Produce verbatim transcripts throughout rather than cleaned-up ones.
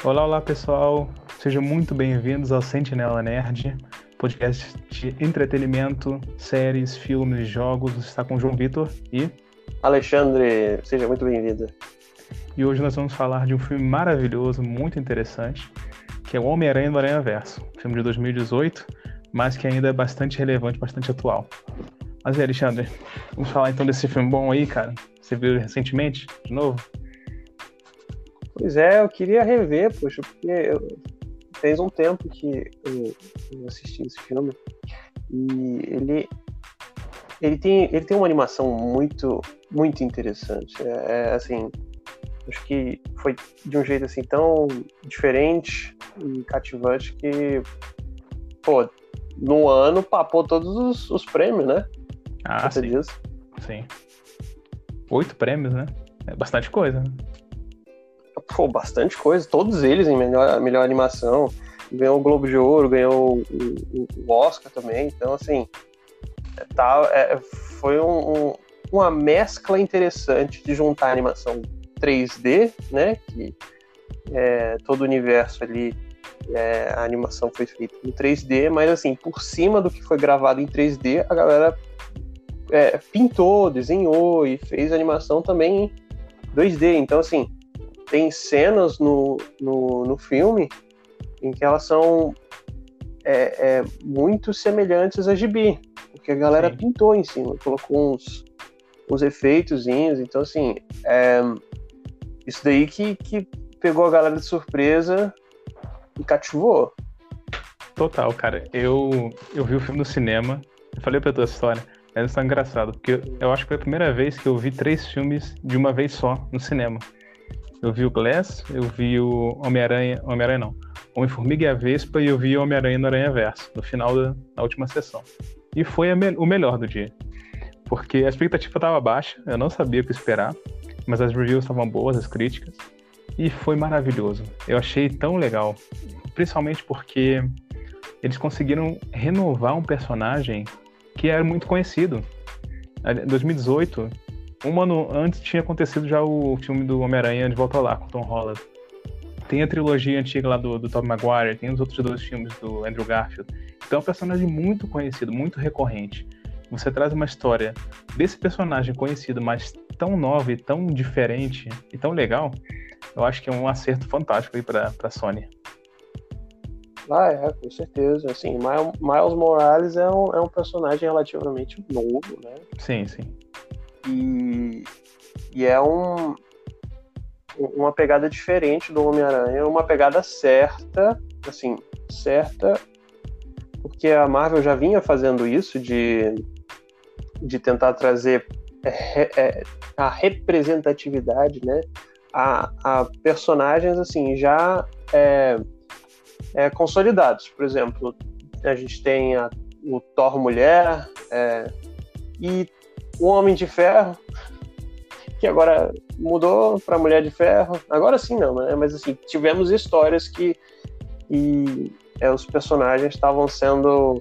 Olá, olá pessoal, sejam muito bem-vindos ao Sentinela Nerd, podcast de entretenimento, séries, filmes, jogos. Está com o João Vitor e... Alexandre, seja muito bem-vindo. E hoje nós vamos falar de um filme maravilhoso, muito interessante, que é o Homem-Aranha no Aranhaverso, filme de dois mil e dezoito, mas que ainda é bastante relevante, bastante atual. Mas e Alexandre, vamos falar então desse filme bom aí, cara? Você viu recentemente, de novo? Pois é, eu queria rever, poxa, porque eu, fez um tempo que eu, eu assisti esse filme e ele, ele, tem, ele tem uma animação muito, muito interessante. É, é, assim, acho que foi de um jeito assim tão diferente e cativante que, pô, no ano papou todos os, os prêmios, né? Ah, Você sim. diz? Sim. Oito prêmios, né? É bastante coisa, né? Pô, bastante coisa, todos eles em melhor, melhor animação, ganhou o Globo de Ouro, ganhou o, o, o Oscar também, então assim, tá, é, foi um, um, uma mescla interessante de juntar a animação três D, né, que é, todo o universo ali, é, a animação foi feita em três D, mas assim, por cima do que foi gravado em três D, a galera é, pintou, desenhou e fez animação também em dois D, então assim, tem cenas no, no, no filme em que elas são é, é, muito semelhantes a gibi, porque a galera Sim. pintou em cima, colocou uns, uns efeitozinhos, então assim, é, isso daí que, que pegou a galera de surpresa e cativou. Total, cara, eu, eu vi o filme no cinema, eu falei pra tua história, mas isso é engraçado, porque eu acho que foi a primeira vez que eu vi três filmes de uma vez só no cinema. Eu vi o Glass, eu vi o Homem-Aranha, Homem-Aranha não, Homem-Formiga e a Vespa, e eu vi o Homem-Aranha no Aranhaverso, no final da, da última sessão. E foi a me- o melhor do dia, porque a expectativa estava baixa, eu não sabia o que esperar, mas as reviews estavam boas, as críticas, e foi maravilhoso. Eu achei tão legal, principalmente porque eles conseguiram renovar um personagem que era muito conhecido. Em dois mil e dezoito... Um ano antes tinha acontecido já o filme do Homem-Aranha de Volta Lá, com Tom Holland. Tem a trilogia antiga lá do, do Tobey Maguire, tem os outros dois filmes do Andrew Garfield. Então é um personagem muito conhecido, muito recorrente. Você traz uma história desse personagem conhecido, mas tão nova e tão diferente e tão legal, eu acho que é um acerto fantástico aí pra, pra Sony. Ah, é, com certeza. Assim, Miles Morales é um, é um personagem relativamente novo, né? Sim, sim. E, e é um, uma pegada diferente do Homem-Aranha, uma pegada certa, assim, certa, porque a Marvel já vinha fazendo isso, de, de tentar trazer é, é, a representatividade, né, a, a personagens, assim, já é, é, consolidados. Por exemplo, a gente tem a, o Thor Mulher, é, e o Homem de Ferro, que agora mudou para Mulher de Ferro. Agora sim não, né? Mas assim, tivemos histórias que e, é, os personagens estavam sendo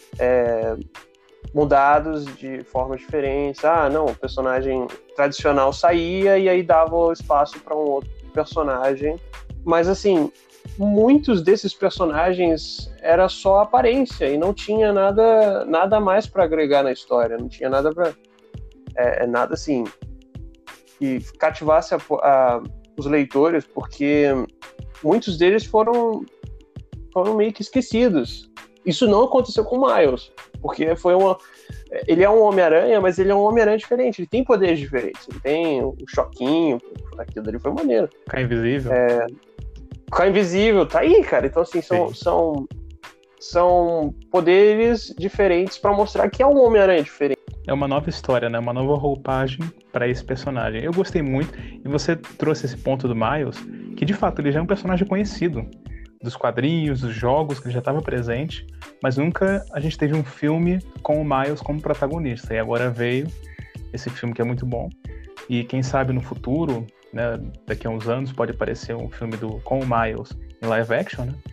é, mudados de formas diferentes. Ah, não, o personagem tradicional saía e aí dava espaço para um outro personagem. Mas assim, muitos desses personagens era só aparência e não tinha nada, nada mais para agregar na história, não tinha nada para É, é nada assim que cativasse a, a, os leitores, porque muitos deles foram, foram meio que esquecidos. Isso não aconteceu com o Miles, porque foi uma, ele é um Homem-Aranha, mas ele é um Homem-Aranha diferente, ele tem poderes diferentes, ele tem o choquinho, aquilo dali foi maneiro. Ficar invisível. É, ficar invisível, tá aí, cara. Então assim, são, são, são poderes diferentes para mostrar que é um Homem-Aranha diferente. É uma nova história, né? Uma nova roupagem para esse personagem. Eu gostei muito, e você trouxe esse ponto do Miles, que de fato ele já é um personagem conhecido dos quadrinhos, dos jogos, que ele já estava presente, mas nunca a gente teve um filme com o Miles como protagonista. E agora veio esse filme que é muito bom. E quem sabe no futuro, né, daqui a uns anos, pode aparecer um filme do, com o Miles em live action, né?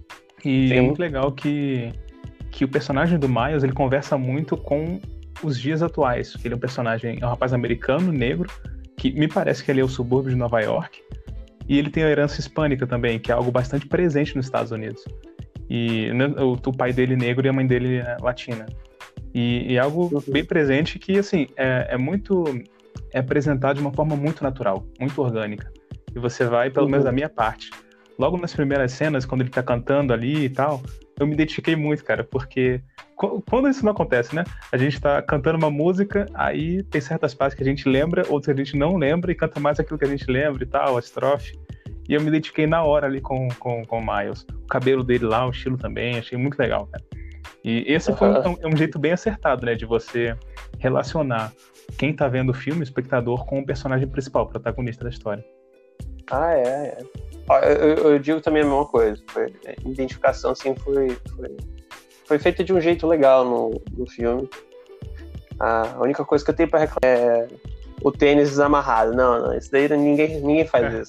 E Sim. é muito legal que, que o personagem do Miles, ele conversa muito com os dias atuais, que ele é um personagem, é um rapaz americano, negro, que me parece que ele é o subúrbio de Nova York, E ele tem a herança hispânica também, que é algo bastante presente nos Estados Unidos. E né, o, o pai dele negro e a mãe dele é latina. E, e é algo Uhum. bem presente que, assim, é, é muito... é apresentado de uma forma muito natural, muito orgânica. E você vai, pelo Uhum. menos da minha parte. Logo nas primeiras cenas, quando ele tá cantando ali e tal, eu me identifiquei muito, cara, porque qu- quando isso não acontece, né? A gente tá cantando uma música, aí tem certas partes que a gente lembra, outras que a gente não lembra, e canta mais aquilo que a gente lembra e tal, a estrofe. E eu me identifiquei na hora ali com, com, com o Miles. O cabelo dele lá, o estilo também, achei muito legal, cara. E esse foi um, Aham. é um jeito bem acertado, né, de você relacionar quem tá vendo o filme, o espectador, com o personagem principal, o protagonista da história. Ah, é, é. Ó, eu, eu- eu digo também a mesma coisa. Foi, a identificação, assim, foi, foi, foi feita de um jeito legal no, no filme. A única coisa que eu tenho pra reclamar é o tênis desamarrado. Não, não, isso daí ninguém, ninguém faz É. isso.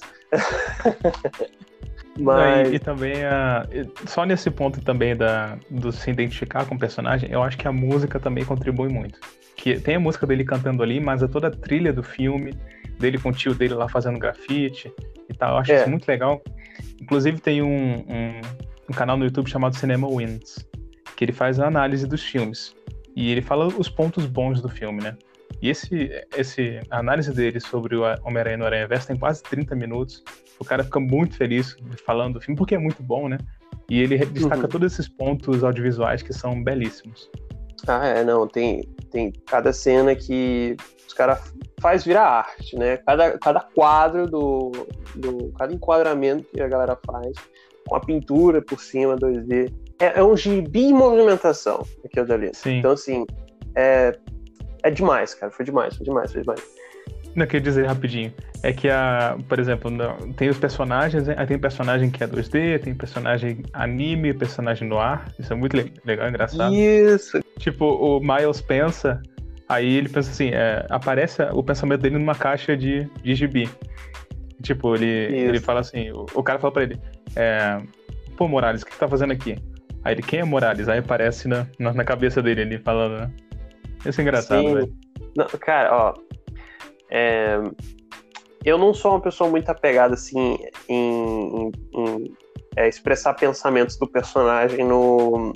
Não, e, Mas, e também, a, e só nesse ponto também da, do se identificar com o personagem, eu acho que a música também contribui muito. Que tem a música dele cantando ali, mas é toda a trilha do filme, dele com o tio dele lá fazendo grafite e tal, eu acho é. isso muito legal. Inclusive tem um, um, um canal no YouTube chamado Cinema Wins, que ele faz a análise dos filmes. E ele fala os pontos bons do filme, né? E esse, esse, a análise dele sobre o Homem-Aranha no Aranha-Verso tem quase trinta minutos. O cara fica muito feliz falando do filme, porque é muito bom, né? E ele destaca Uhum. todos esses pontos audiovisuais que são belíssimos. Ah, é, não, tem, tem cada cena que os caras faz virar arte, né? Cada, cada quadro do, do. Cada enquadramento que a galera faz, com a pintura por cima, dois D. É, é um gibi em movimentação, aqui eu já li. Sim. Então, assim, é, é demais, cara. Foi demais, foi demais, foi demais. Não, eu queria dizer rapidinho. É que, a, por exemplo, não- tem os personagens, né? Aí tem personagem que é dois D, tem personagem anime, personagem no ar. Isso é muito le- legal, engraçado. Isso. Tipo, o Miles pensa, aí ele pensa assim, é, aparece o pensamento dele numa caixa de, de gibi. Tipo, ele, ele Isso. fala assim, o, o cara fala pra ele, é, pô, Morales, o que você tá fazendo aqui? Aí ele, quem é Morales? Aí aparece na, na, na cabeça dele, ele falando, né? Isso é engraçado, Sim. velho. Não, cara, ó. é, eu não sou uma pessoa muito apegada, assim, em, em- em, é, expressar pensamentos do personagem no,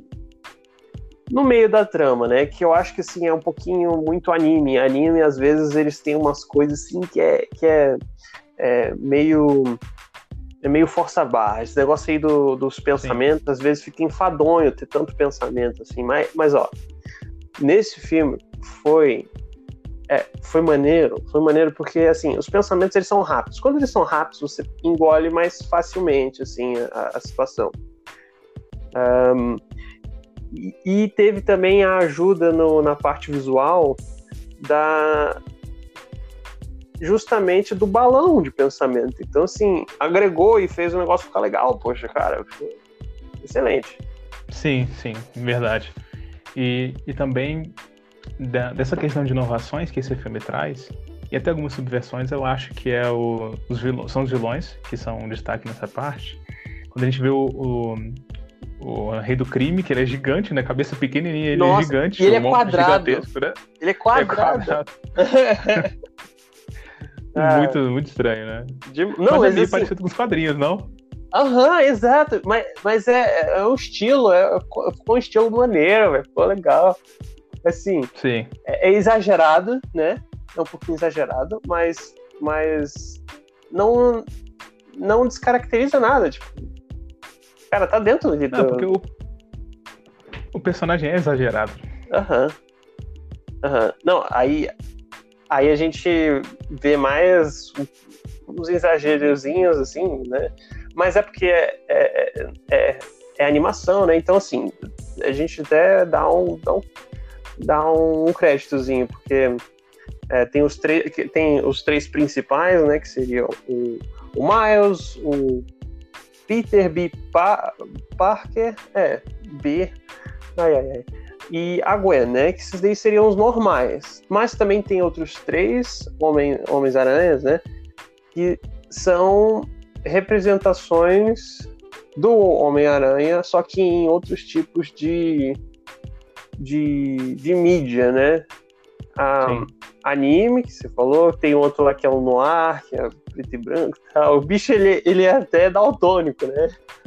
no meio da trama, né? Que eu acho que, assim, é um pouquinho muito anime. Anime, às vezes, eles têm umas coisas, assim, que é, que é, é meio... É meio força barra. Esse negócio aí do- dos pensamentos, às vezes, fica enfadonho ter tanto pensamento, assim. Mas, mas ó, nesse filme foi... É, foi maneiro, foi maneiro porque, assim, os pensamentos, eles são rápidos. Quando eles são rápidos, você engole mais facilmente, assim, a, a situação. Um, e, e teve também a ajuda no, na parte visual da... justamente do balão de pensamento. Então, assim, agregou e fez o negócio ficar legal. Poxa, cara, foi excelente. Sim, sim, verdade. E, e também da- dessa questão de inovações que esse filme traz, e até algumas subversões, eu acho que é o, os vilões, são os vilões que são um destaque nessa parte. Quando a gente vê o, o, o Rei do Crime, que ele é gigante, né? Cabeça pequenininha, ele Nossa, é gigante, e ele é um ombro quadrado. gigantesco, né? Ele é É quadrado. quadrado. Ah, Muito, muito estranho, né? de- Não, Mas é mas meio assim, parecido com os quadrinhos, não? aham, exato. Mas, mas é, é um estilo, é, ficou um estilo maneiro, véio, ficou legal. Assim, Sim. é, é exagerado, né? É um pouquinho exagerado, mas, mas não, não descaracteriza nada. Tipo, cara, tá dentro de. Não, porque o, o personagem é exagerado. Aham. Aham. Não, aí, aí a gente vê mais uns exagerozinhos, assim, né? Mas é porque é, é, é, é animação, né? Então, assim, a gente até dá um, dá um, dá um créditozinho, porque é, tem, os tem os três principais, né? Que seriam o, o Miles, o Peter B. Pa Parker, é, B. Ai, ai, ai. E a Gwen, né? Que esses daí seriam os normais. Mas também tem outros três homem, Homens-Aranhas, né? Que são representações do Homem-Aranha, só que em outros tipos de, de, de mídia, né? Ah, anime, que você falou, tem outro lá que é o noir, que é preto e branco e tal. O bicho, ele, ele é até daltônico, né?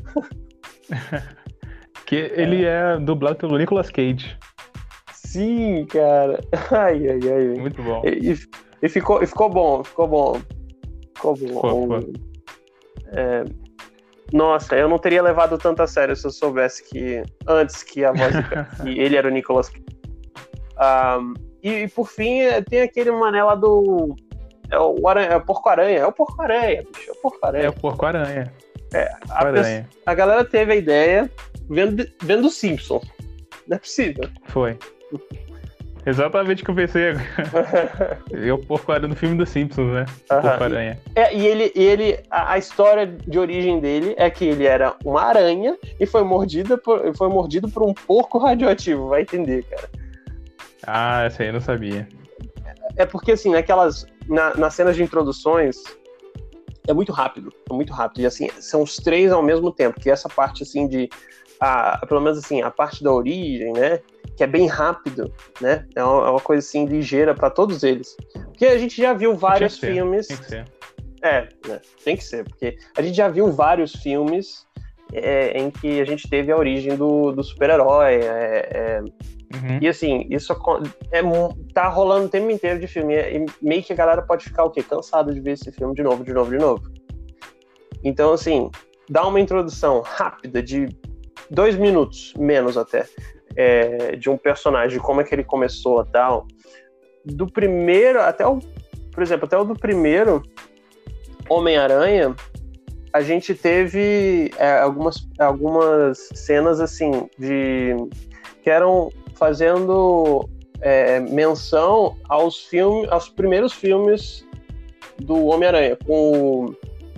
Que ele é dublado pelo Nicolas Cage. Sim, cara. Ai, ai, ai. Muito bom. E, e, ficou, e ficou bom, ficou bom. Ficou bom. Ficou, ficou. É... Nossa, eu não teria levado tanto a sério se eu soubesse que antes que a voz que ele era o Nicolas Cage. Um, e, e por fim, tem aquele mané lá do. É o, aranha, é o Porco-Aranha. É o Porco-Aranha, bicho. É o Porco-Aranha. É o Porco-Aranha. É, a, Porco-Aranha. A galera teve a ideia vendo, vendo Simpson. Não é possível. Foi. Exatamente o que eu pensei agora. É o Porco-Aranha no filme dos Simpsons, né? O Porco-Aranha. É, e ele, ele a, a história de origem dele é que ele era uma aranha e foi, mordida por, foi mordido por um porco radioativo. Vai entender, cara. Ah, essa aí eu não sabia. É porque, assim, naquelas. Na, nas cenas de introduções, é muito rápido. É muito rápido. E, assim, são os três ao mesmo tempo. Que essa parte, assim, de. A, pelo menos, assim, a parte da origem, né? Que é bem rápido, né? É uma, é uma coisa, assim, ligeira pra todos eles. Porque a gente já viu vários tem filmes. Tem que ser. É, né? Tem que ser. Porque a gente já viu vários filmes é, em que a gente teve a origem do, do super-herói. É, é, Uhum. E assim, isso é, tá rolando o tempo inteiro de filme. E meio que a galera pode ficar o quê? Cansada de ver esse filme de novo, de novo, de novo. Então, assim, dá uma introdução rápida de dois minutos, menos até, é, de um personagem, como é que ele começou e tal. Do primeiro, até o, por exemplo, até o do primeiro Homem-Aranha, a gente teve é, algumas, algumas cenas, assim, de que eram fazendo é, menção aos filmes, aos primeiros filmes do Homem-Aranha, com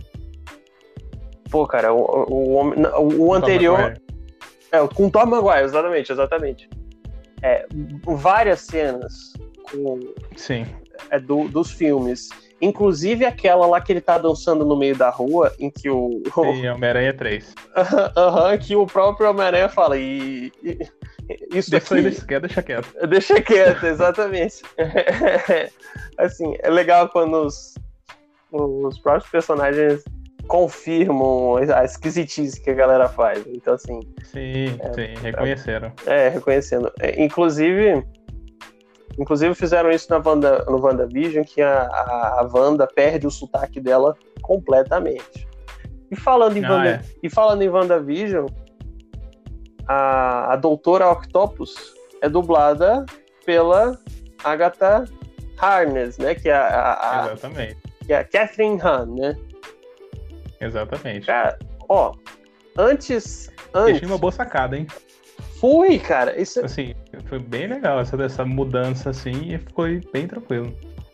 pô, cara, o, o, o, o anterior é, com Tobey Maguire, exatamente, exatamente. É, várias cenas com, Sim. É, do, dos filmes, inclusive aquela lá que ele tá dançando no meio da rua, em que o... Sim, Homem-Aranha três. Aham, uh-huh, que o próprio Homem-Aranha fala, e... e isso deixa, aqui... deixa, deixa quieto. Deixa quieto, exatamente. Assim, é legal quando os, os próprios personagens confirmam a esquisitice que a galera faz. Então, assim... Sim, é, sim, reconheceram. É, reconhecendo. É, inclusive... Inclusive fizeram isso na Wanda, no WandaVision, que a, a, a Wanda perde o sotaque dela completamente. E falando em, ah, Wanda, é. e falando em WandaVision, a, a Doutora Octopus é dublada pela Agatha Harkness, né? Que é a, a, Exatamente. Que é a Catherine Hahn, né? Exatamente. Cara, ó, antes... antes Deixei uma boa sacada, hein? Foi, cara. Isso... Assim, foi bem legal essa, essa mudança, assim, e foi bem tranquilo.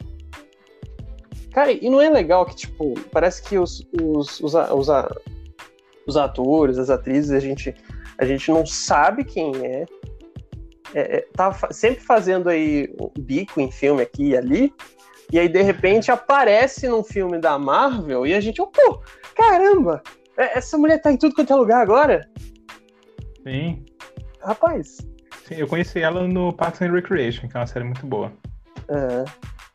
Cara, e não é legal que, tipo, parece que os, os, os, os, os atores, as atrizes, a gente, a gente não sabe quem é. é, é tá sempre fazendo aí um bico em filme aqui e ali, e aí, de repente, aparece num filme da Marvel e a gente, oh, pô, caramba, essa mulher tá em tudo quanto é lugar agora? Sim. Rapaz. Sim, eu conheci ela no Parks and Recreation, que é uma série muito boa. Uhum.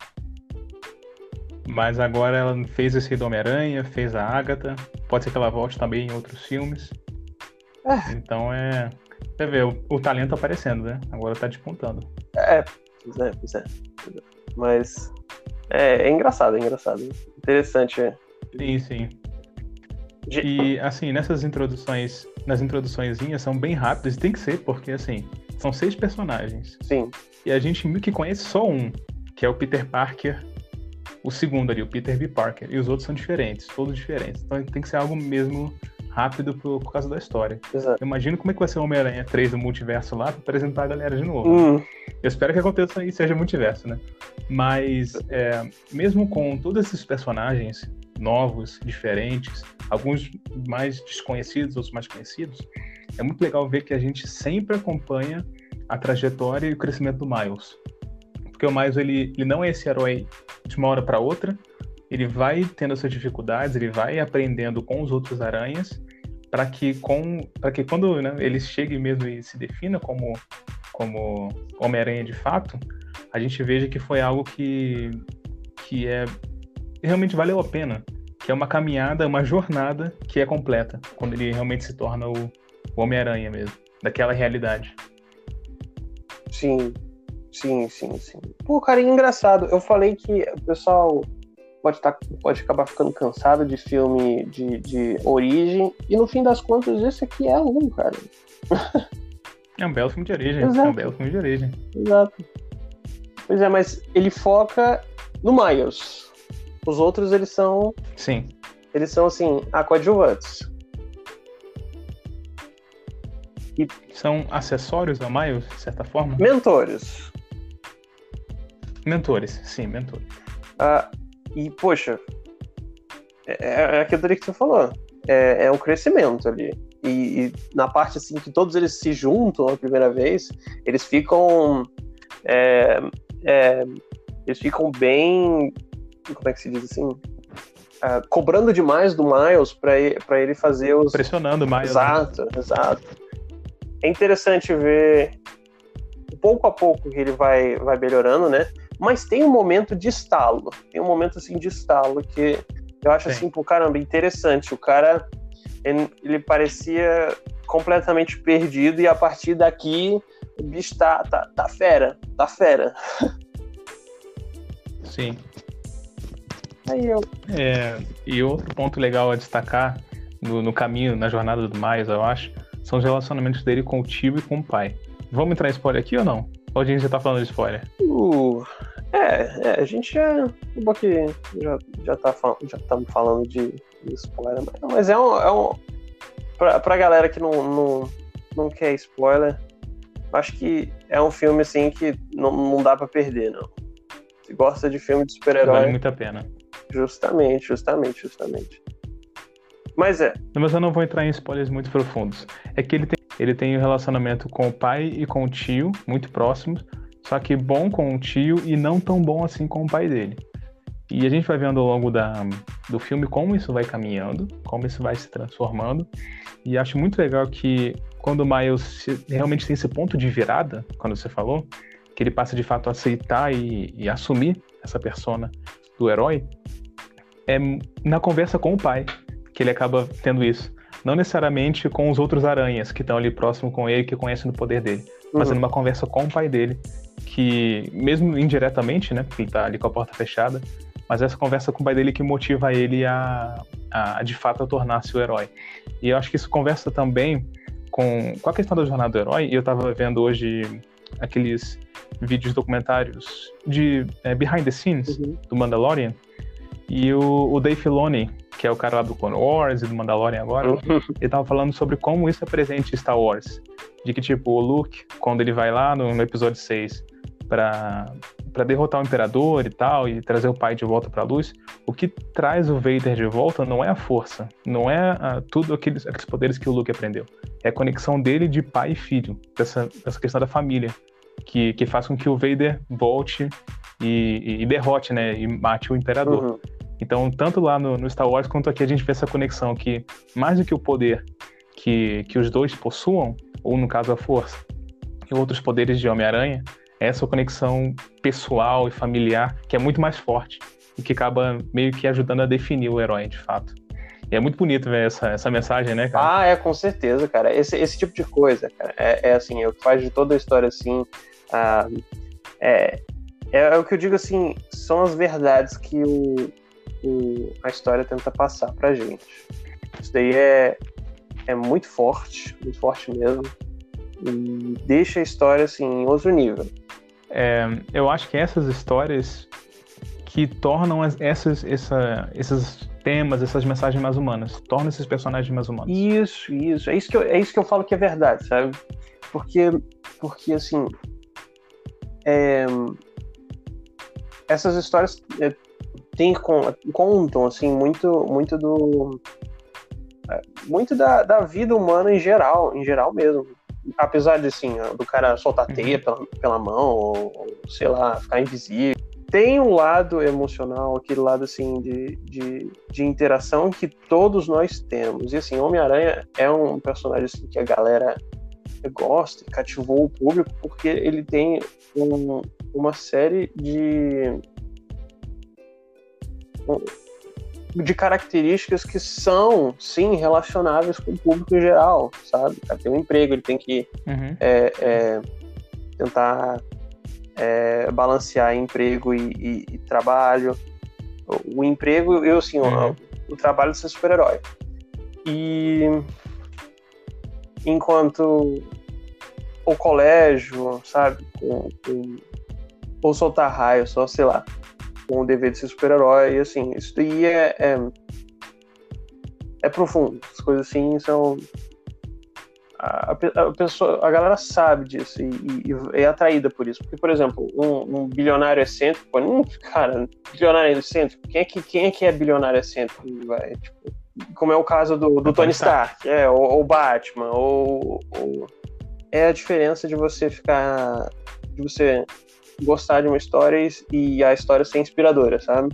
Mas agora ela fez esse do Homem-Aranha, fez a Agatha. Pode ser que ela volte também em outros filmes. É. Então é... Você vê, o, o talento aparecendo, né? Agora tá despontando. É, pois é, pois é. Mas é, é engraçado, é engraçado. Interessante. É. Sim, sim. E, assim, nessas introduções, nas introduçõezinhas são bem rápidas, e tem que ser, porque, assim, são seis personagens. Sim. E a gente meio que conhece só um, que é o Peter Parker, o segundo ali, o Peter B. Parker. E os outros são diferentes, todos diferentes. Então tem que ser algo mesmo rápido por, por causa da história. Exato. Eu imagino como é que vai ser o Homem-Aranha três do multiverso lá pra apresentar a galera de novo. Hum. Eu espero que aconteça e seja multiverso, né? Mas, é, mesmo com todos esses personagens novos, diferentes, alguns mais desconhecidos, outros mais conhecidos, é muito legal ver que a gente sempre acompanha a trajetória e o crescimento do Miles. Porque o Miles, ele, ele não é esse herói de uma hora para outra, ele vai tendo as suas dificuldades, ele vai aprendendo com os outros aranhas, para que, com, para que quando, né, ele chegue mesmo e se defina como, como Homem-Aranha de fato, a gente veja que foi algo que, que é, realmente valeu a pena. Que é uma caminhada, uma jornada que é completa, quando ele realmente se torna o, o Homem-Aranha mesmo, daquela realidade. Sim, sim, sim, sim. Pô, cara, é engraçado. Eu falei que o pessoal pode, tá, pode acabar ficando cansado de filme de, de origem, e no fim das contas, esse aqui é um, cara. É um belo filme de origem. Exato. É um belo filme de origem. Exato. Pois é, mas ele foca no Miles. Os outros, eles são... Sim. Eles são, assim, coadjuvantes. E... São acessórios ao Miles, de certa forma? Mentores. Mentores, sim, mentores. Ah, e, poxa, é, é aquilo que você falou. É, é um crescimento ali. E, e na parte, assim, que todos eles se juntam a primeira vez, eles ficam... É, é, eles ficam bem... Como é que se diz assim? Uh, cobrando demais do Miles pra ele, pra ele fazer os... Pressionando o Miles. Exato, né? exato. É interessante ver pouco a pouco que ele vai, vai melhorando, né? Mas tem um momento de estalo. Tem um momento, assim, de estalo que eu acho, Sim. assim, pô, caramba, interessante. O cara, ele, ele parecia completamente perdido e a partir daqui o bicho tá, tá, tá fera. Tá fera. Sim. Aí eu... É, e outro ponto legal a destacar no, no caminho, na jornada do Miles, eu acho, são os relacionamentos dele com o tio e com o pai. Vamos entrar em spoiler aqui ou não? Ou a gente já tá falando de spoiler? Uh, é, é, a gente já... Um que já, já tá já estamos falando de, de spoiler, mas, mas é um... É um pra, pra galera que não, não, não quer spoiler, acho que é um filme, assim, que não, não dá pra perder, não. Se gosta de filme de super-herói... Vale muito a pena. Justamente, justamente, justamente. Mas é. Mas eu não vou entrar em spoilers muito profundos. É que ele tem, ele tem um relacionamento com o pai e com o tio, muito próximos, só que bom com o tio e não tão bom assim com o pai dele. E a gente vai vendo ao longo da, do filme como isso vai caminhando, como isso vai se transformando. E acho muito legal que quando o Miles se, realmente tem esse ponto de virada, quando você falou, que ele passa de fato a aceitar e, e assumir essa persona do herói, é na conversa com o pai que ele acaba tendo isso. Não necessariamente com os outros aranhas que estão ali próximo com ele, que conhecem o poder dele, uhum. mas numa conversa com o pai dele, que mesmo indiretamente, né, porque ele tá ali com a porta fechada, mas essa conversa com o pai dele que motiva ele a, a de fato, a tornar-se o herói. E eu acho que isso conversa também com, com a questão da jornada do herói, e eu tava vendo hoje aqueles vídeos documentários de é, behind the scenes uhum. do Mandalorian, e o, o Dave Filoni, que é o cara lá do Clone Wars e do Mandalorian agora, uhum. ele tava falando sobre como isso é presente em Star Wars, de que tipo, o Luke, quando ele vai lá no, no episódio seis pra, pra derrotar o Imperador e tal, e trazer o pai de volta pra luz, o que traz o Vader de volta não é a força, não é a, tudo aqueles, aqueles poderes que o Luke aprendeu, é a conexão dele de pai e filho, dessa, dessa questão da família, que, que faz com que o Vader volte e, e, e derrote, né, e mate o Imperador. Uhum. Então, tanto lá no, no Star Wars quanto aqui a gente vê essa conexão que, mais do que o poder que, que os dois possuam, ou no caso a força, e outros poderes de Homem-Aranha, é essa conexão pessoal e familiar que é muito mais forte e que acaba meio que ajudando a definir o herói, de fato. E é muito bonito ver essa, essa mensagem, né, cara? Ah, é, com certeza, cara. Esse, esse tipo de coisa, cara, é, é assim, é o que faz de toda a história, assim, ah, é, é, é o que eu digo, assim, são as verdades que o O, a história tenta passar pra gente. Isso daí é, é muito forte, muito forte mesmo, e deixa a história assim em outro nível. É, eu acho que essas histórias que tornam as, essas, essa, esses temas, essas mensagens mais humanas, tornam esses personagens mais humanos. Isso, isso. É isso que eu, é isso que eu falo que é verdade, sabe? Porque, porque assim, é, essas histórias é, tem, contam assim, muito, muito do muito da, da vida humana em geral, em geral mesmo. Apesar de assim, do cara soltar teia pela, pela mão, ou, ou sei lá, ficar invisível. Tem um lado emocional, aquele lado assim de, de, de interação que todos nós temos. E assim, Homem-Aranha é um personagem assim, que a galera gosta, cativou o público, porque ele tem um, uma série de de características que são, sim, relacionáveis com o público em geral, sabe? O cara tem um emprego, ele tem que Uhum. é, é, tentar é, balancear emprego e, e, e trabalho. O, o emprego, eu assim, Uhum. o, o trabalho de ser super-herói. E enquanto o colégio, sabe, com, com, ou soltar raio, só, sei lá, com o dever de ser super-herói, e assim, isso daí é, é, é profundo. As coisas assim são... A, a, pessoa, a galera sabe disso e, e, e é atraída por isso. Porque, por exemplo, um, um bilionário excêntrico, hum, cara, bilionário excêntrico, quem é que, quem é, que é bilionário excêntrico? Vai, tipo, como é o caso do, do Tony Stark, Stark é, ou, ou Batman, ou, ou... É a diferença de você ficar... de você gostar de uma história e a história ser inspiradora, sabe?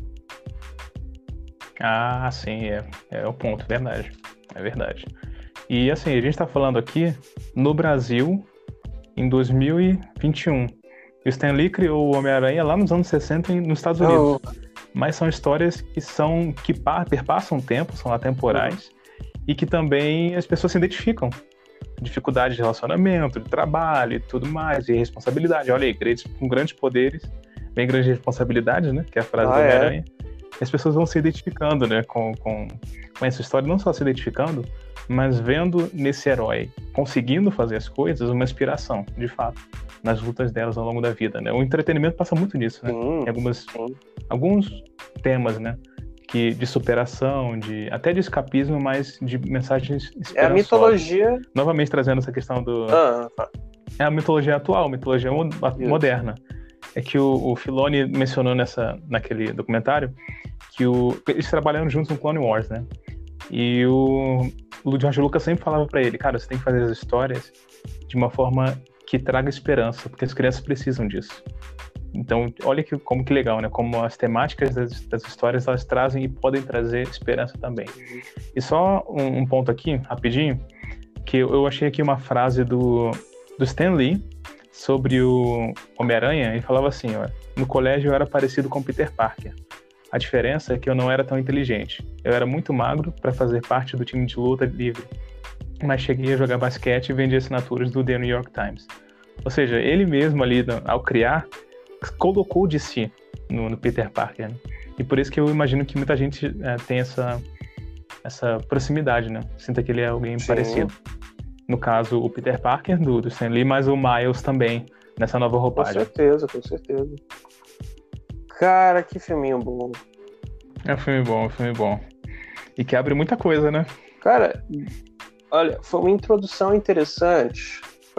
Ah, sim, é, é o ponto, verdade. É verdade. E assim, a gente tá falando aqui no Brasil em dois mil e vinte e um. O Stan Lee criou o Homem-Aranha lá nos anos sessenta nos Estados Unidos. Oh. Mas são histórias que são que perpassam o tempo, são atemporais, uhum. E que também as pessoas se identificam. Dificuldade de relacionamento, de trabalho e tudo mais, e responsabilidade. Olha aí, com grandes poderes, bem grandes responsabilidades, né? Que é a frase ah, do Homem-Aranha. É? As pessoas vão se identificando, né? Com, com, com essa história, não só se identificando, mas vendo nesse herói conseguindo fazer as coisas uma inspiração, de fato, nas lutas delas ao longo da vida, né? O entretenimento passa muito nisso, né? Sim, Tem algumas, sim. alguns temas, né? Que, de superação, de, até de escapismo, mas de mensagens esperançosas. É a mitologia... Novamente trazendo essa questão do... Ah, tá. É a mitologia atual, a mitologia moderna. É que o, o Filoni mencionou nessa, naquele documentário que o, eles trabalharam juntos no Clone Wars, né? E o, o George Lucas sempre falava pra ele, cara, você tem que fazer as histórias de uma forma que traga esperança, porque as crianças precisam disso. Então, olha que, como que legal, né? Como as temáticas das, das histórias, elas trazem e podem trazer esperança também. E só um, um ponto aqui, rapidinho, que eu, eu achei aqui uma frase do, do Stan Lee sobre o Homem-Aranha. Ele falava assim, ó, no colégio eu era parecido com Peter Parker. A diferença é que eu não era tão inteligente. Eu era muito magro para fazer parte do time de luta livre, mas cheguei a jogar basquete e vendi assinaturas do The New York Times. Ou seja, ele mesmo ali, ao criar, colocou de si no, no Peter Parker, né? E por isso que eu imagino que muita gente é, tem essa, essa proximidade, né? Sinta que ele é alguém Sim. parecido. No caso, o Peter Parker do, do Stan Lee, mas o Miles também, nessa nova roupagem. Com certeza, com certeza. Cara, que filminho bom. É um filme bom, é um filme bom. E que abre muita coisa, né? Cara, olha, foi uma introdução interessante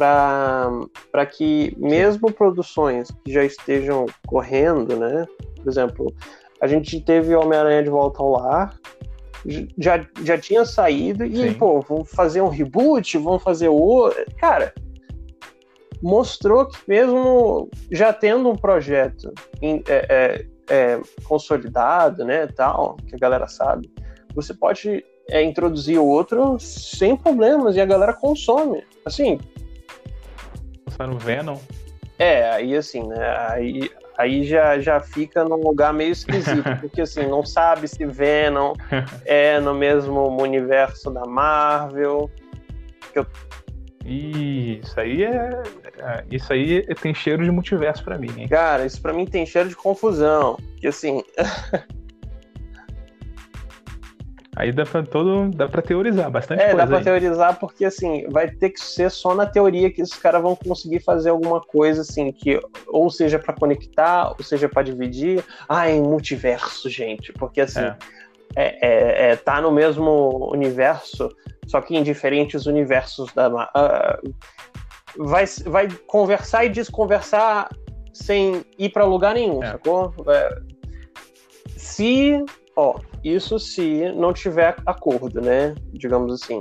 para que mesmo produções que já estejam correndo, né? Por exemplo, a gente teve Homem-Aranha de Volta ao Lar, já, já tinha saído, e, Sim. pô, vamos fazer um reboot, vamos fazer o... Cara, mostrou que mesmo já tendo um projeto em, é, é, é, consolidado, né, tal, que a galera sabe, você pode é, introduzir outro sem problemas, e a galera consome. Assim... Lançaram Venom. É, aí assim, né? Aí, aí já, já fica num lugar meio esquisito, porque assim, não sabe se Venom é no mesmo universo da Marvel. Que eu... Isso aí é. Isso aí tem cheiro de multiverso pra mim, hein? Cara, isso pra mim tem cheiro de confusão. Que assim. Aí dá pra, todo, dá pra teorizar bastante é, coisa. É, dá pra aí. teorizar porque, assim, vai ter que ser só na teoria que esses caras vão conseguir fazer alguma coisa, assim, que ou seja pra conectar, ou seja pra dividir. Ah, em multiverso, gente. Porque, assim, é. É, é, é, tá no mesmo universo, só que em diferentes universos da... Uh, vai, vai conversar e desconversar sem ir pra lugar nenhum, é. sacou? É, se... Ó, isso se não tiver acordo, né? Digamos assim.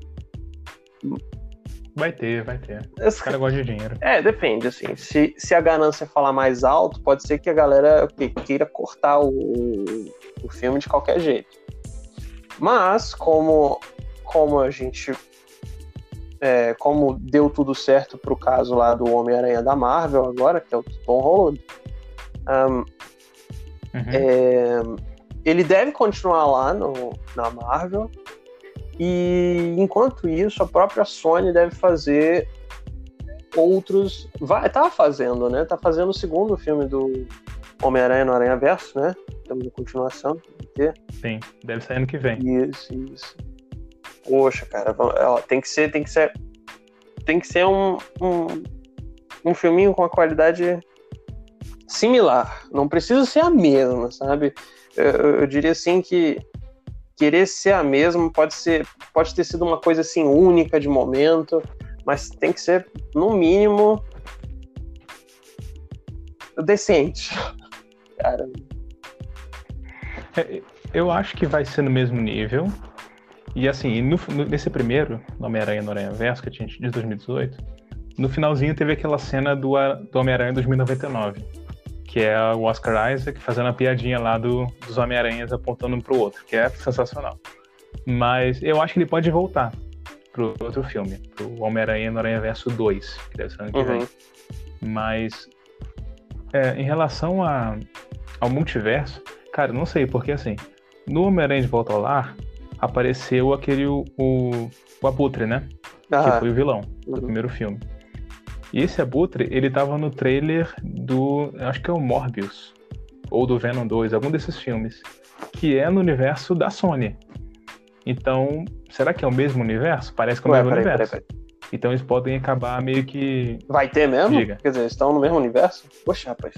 Vai ter, vai ter. Os caras gostam de dinheiro. É, depende, assim. Se, se a ganância falar mais alto, pode ser que a galera que, queira cortar o, o filme de qualquer jeito. Mas, como, como a gente é, como deu tudo certo pro caso lá do Homem-Aranha da Marvel agora, que é o Tom Holland, um, Uhum. é, ele deve continuar lá no, na Marvel, e enquanto isso a própria Sony deve fazer outros, vai, tá fazendo, né, tá fazendo o segundo filme do Homem-Aranha no Aranhaverso, né, temos a continuação, ter. Sim, deve sair ano que vem. Isso, isso. Poxa, cara, ela tem que ser, tem que ser, tem que ser um, um, um filminho com uma qualidade similar. Não precisa ser a mesma, sabe? Eu, eu diria assim que querer ser a mesma pode ser, pode ter sido uma coisa assim única de momento, mas tem que ser no mínimo decente, cara. Eu acho que vai ser no mesmo nível. E assim, no, no, nesse primeiro, Homem-Aranha no Aranhaverso, que a gente de dois mil e dezoito, no finalzinho teve aquela cena do, do Homem-Aranha dois mil e noventa e nove, que é o Oscar Isaac fazendo a piadinha lá do, dos Homem-Aranhas apontando um pro outro, que é sensacional. Mas eu acho que ele pode voltar pro outro filme, pro Homem-Aranha no Aranhaverso dois, que deve ser ano que vem. Uhum. Mas é, em relação a, ao multiverso, cara, não sei, porque assim, no Homem-Aranha de Volta ao Lar, apareceu aquele, o, o, o Abutre, né? Ah, que foi o vilão do uhum. primeiro filme. E esse Abutre, ele tava no trailer do, acho que é o Morbius, ou do Venom dois, algum desses filmes, que é no universo da Sony. Então, será que é o mesmo universo? Parece que é o Ué, mesmo peraí, universo. peraí, peraí. Então eles podem acabar meio que... Vai ter mesmo? Diga. Quer dizer, eles estão no mesmo universo? Poxa, rapaz.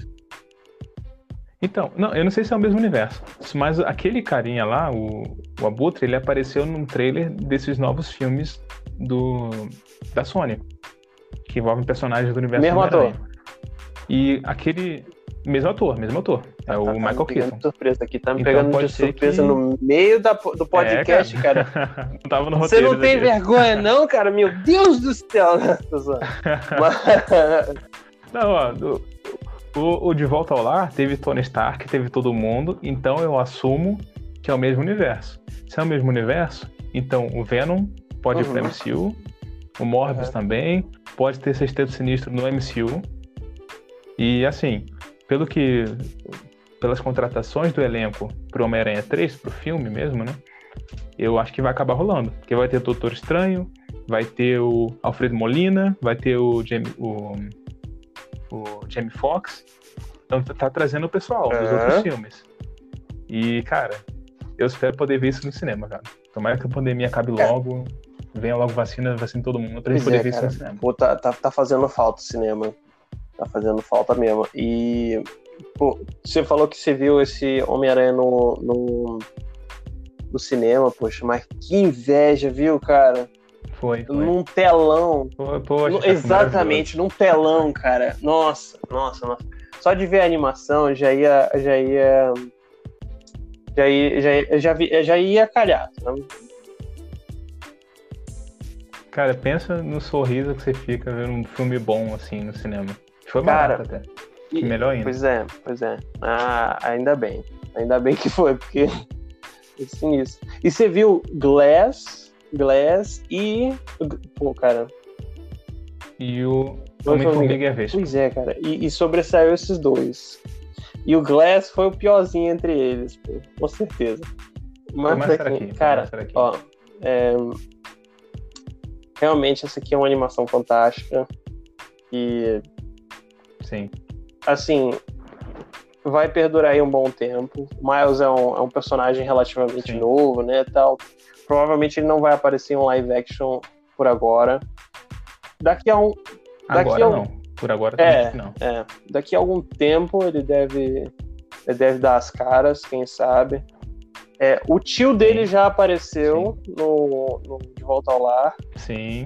Então, não, eu não sei se é o mesmo universo, mas aquele carinha lá, o, o Abutre, ele apareceu num trailer desses novos filmes do, da Sony, que envolvem personagens do universo Mesmo do ator? Homem-Aranha. E aquele... Mesmo ator, mesmo ator. É o tá, Michael tá me pegando Keaton. de surpresa aqui, tá me Então, pegando de pode ser surpresa que- no meio da, do podcast, É, cara. não tava no Você roteiro. não tem isso aqui. vergonha, não, cara? Meu Deus do céu! Tô zoando. Mas- Não, ó, do- o, o De Volta ao Lar teve Tony Stark, teve todo mundo, então eu assumo que é o mesmo universo. Se é o mesmo universo, então o Venom pode ir pro Uhum. M C U, o Morbius Uhum. também, pode ter Sexteto Sinistro no M C U. E assim, pelo que... pelas contratações do elenco pro Homem-Aranha três, pro filme mesmo, né? Eu acho que vai acabar rolando. Porque vai ter o Doutor Estranho, vai ter o Alfredo Molina, vai ter o Jamie, o, o Jamie Foxx. Então tá trazendo o pessoal dos É. outros filmes. E, cara, eu espero poder ver isso no cinema, cara. Tomara que a pandemia acabe logo, venha logo vacina, vacina todo mundo, pra gente Pois poder é, ver cara. isso no cinema. Pô, tá, tá, tá fazendo falta o cinema. Tá fazendo falta mesmo. E, pô, você falou que você viu esse Homem-Aranha no, no, no cinema, poxa, mas que inveja, viu, cara? Foi, foi. Num telão. Pô, poxa, No- cara, foi exatamente, num telão, cara. Nossa, nossa, nossa. Só de ver a animação já ia. Já ia. Já ia, já ia, já vi- já ia calhar. Sabe? Cara, pensa no sorriso que você fica vendo um filme bom assim no cinema. Foi Cara, barato até. E- Melhor ainda. Pois é, pois é. Ah, ainda bem. Ainda bem que foi, porque é sinistro. E você viu Glass, Glass e. Pô, cara. E o Homem-Formiga. Homem-Formiga e a Vespa. Pois é, cara. E, e sobressaiu esses dois. E o Glass foi o piorzinho entre eles, pô, com certeza. Mas, Começa aqui, aqui, cara, começa aqui. ó. é, Realmente, essa aqui é uma animação fantástica. E, Sim. assim, vai perdurar aí um bom tempo. Miles é um, é um personagem relativamente Sim. novo, né, tal. Provavelmente ele não vai aparecer em um live action por agora. Daqui a um... Daqui Agora a um... não. Por agora É, também não. é. Daqui a algum tempo ele deve, ele deve dar as caras, quem sabe. É, o tio dele Sim. já apareceu no, no De Volta ao Lar. Sim.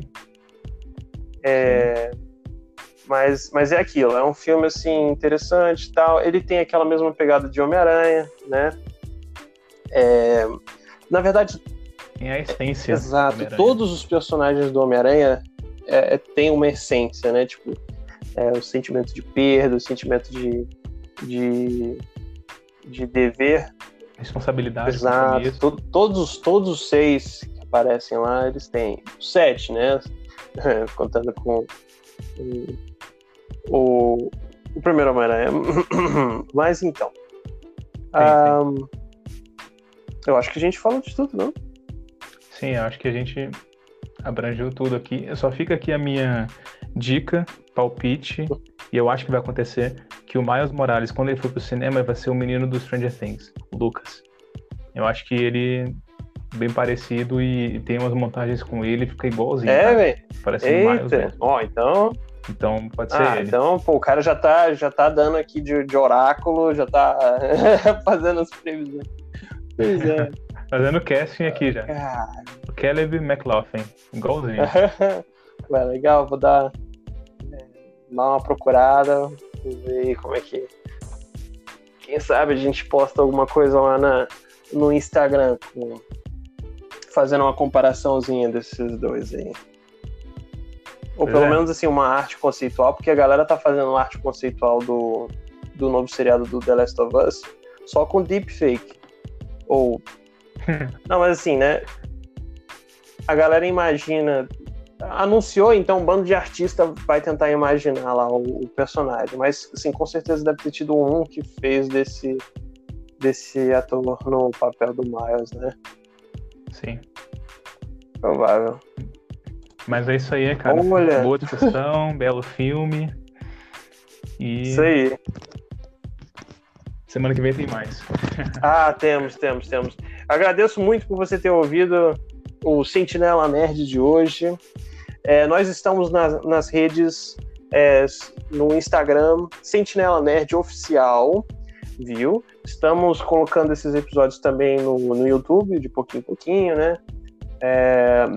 É, mas, mas é aquilo, é um filme assim interessante e tal. Ele tem aquela mesma pegada de Homem-Aranha, né? É, na verdade, Tem a essência. exato. do Homem-Aranha. Todos os personagens do Homem-Aranha é, é, têm uma essência, né? Tipo, é, o sentimento de perda, o sentimento de, de, de dever. Responsabilidade. Exato. compromisso. To- todos, todos os seis que aparecem lá, eles têm. Os sete, né? contando com o, o primeiro Homem-Aranha. Mas então, Sim, um, eu acho que a gente falou de tudo, não? sim, eu acho que a gente abrangeu tudo aqui. Só fica aqui a minha dica, palpite, e eu acho que vai acontecer, que o Miles Morales, quando ele for pro cinema, vai ser o menino do Stranger Things, o Lucas. Eu acho que ele bem parecido e tem umas montagens com ele, fica igualzinho, É, cara. velho. Parece o Miles Eita. mesmo. Ó, então. Então pode ser Ah, ele. então, pô, o cara já tá, já tá dando aqui de, de oráculo, já tá fazendo as previsões. Pois é. Fazendo casting aqui já. Cara. O Caleb McLaughlin, igualzinho. Ué, legal, vou dar, é, dar uma procurada, ver como é que. Quem sabe a gente posta alguma coisa lá na, no Instagram, com, fazendo uma comparaçãozinha desses dois aí. Ou pelo É. menos assim, uma arte conceitual, porque a galera tá fazendo arte conceitual do, do novo seriado do The Last of Us só com deepfake. Ou. Não, mas assim, né? A galera imagina. Anunciou, então um bando de artista vai tentar imaginar lá o, o personagem. Mas, assim, com certeza deve ter tido um que fez desse, desse ator no papel do Miles, né? Sim. Provável. Mas é isso aí, cara. Olha. Boa discussão, belo filme. E Isso aí. semana que vem tem mais. Ah, temos, temos, temos. Agradeço muito por você ter ouvido o Sentinela Nerd de hoje. É, nós estamos nas, nas redes, é, no Instagram, Sentinela Nerd Oficial, viu? Estamos colocando esses episódios também no, no YouTube, de pouquinho em pouquinho, né? É,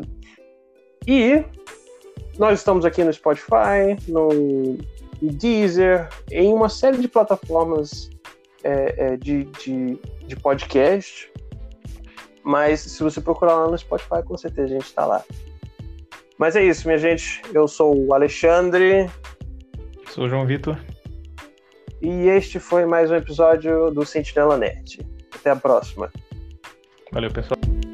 e nós estamos aqui no Spotify, no Deezer, em uma série de plataformas é, é, de, de, de podcast. Mas se você procurar lá no Spotify, com certeza a gente está lá. Mas é isso, minha gente. Eu sou o Alexandre. Sou o João Vitor. E este foi mais um episódio do Sentinela Nerd. Até a próxima. Valeu, pessoal.